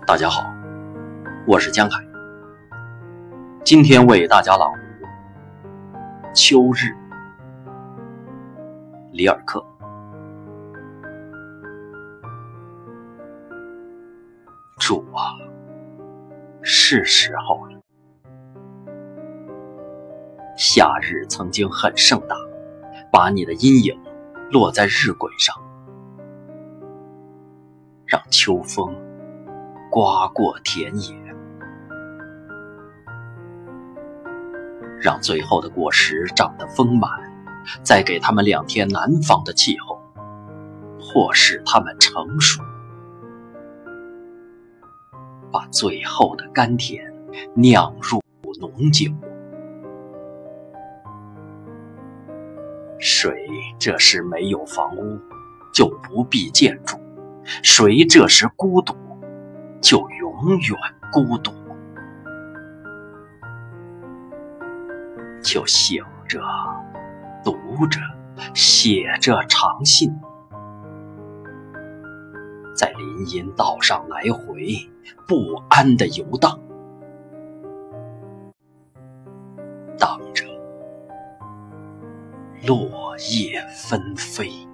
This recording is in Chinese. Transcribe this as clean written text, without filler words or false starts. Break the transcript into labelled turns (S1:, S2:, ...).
S1: 大家好，我是江海，今天为大家朗读《秋日》，里尔克。主啊，是时候了。夏日曾经很盛大，把你的阴影落在日晷上，让秋风刮过田野，让最后的果实长得丰满，再给它们2天南方的气候，或使它们成熟，把最后的甘甜酿入浓酒。谁这时没有房屋，就不必建筑；谁这时孤独，就永远孤独。就醒着，读着，写着长信，在林荫道上来回不安地游荡，当着落叶纷飞。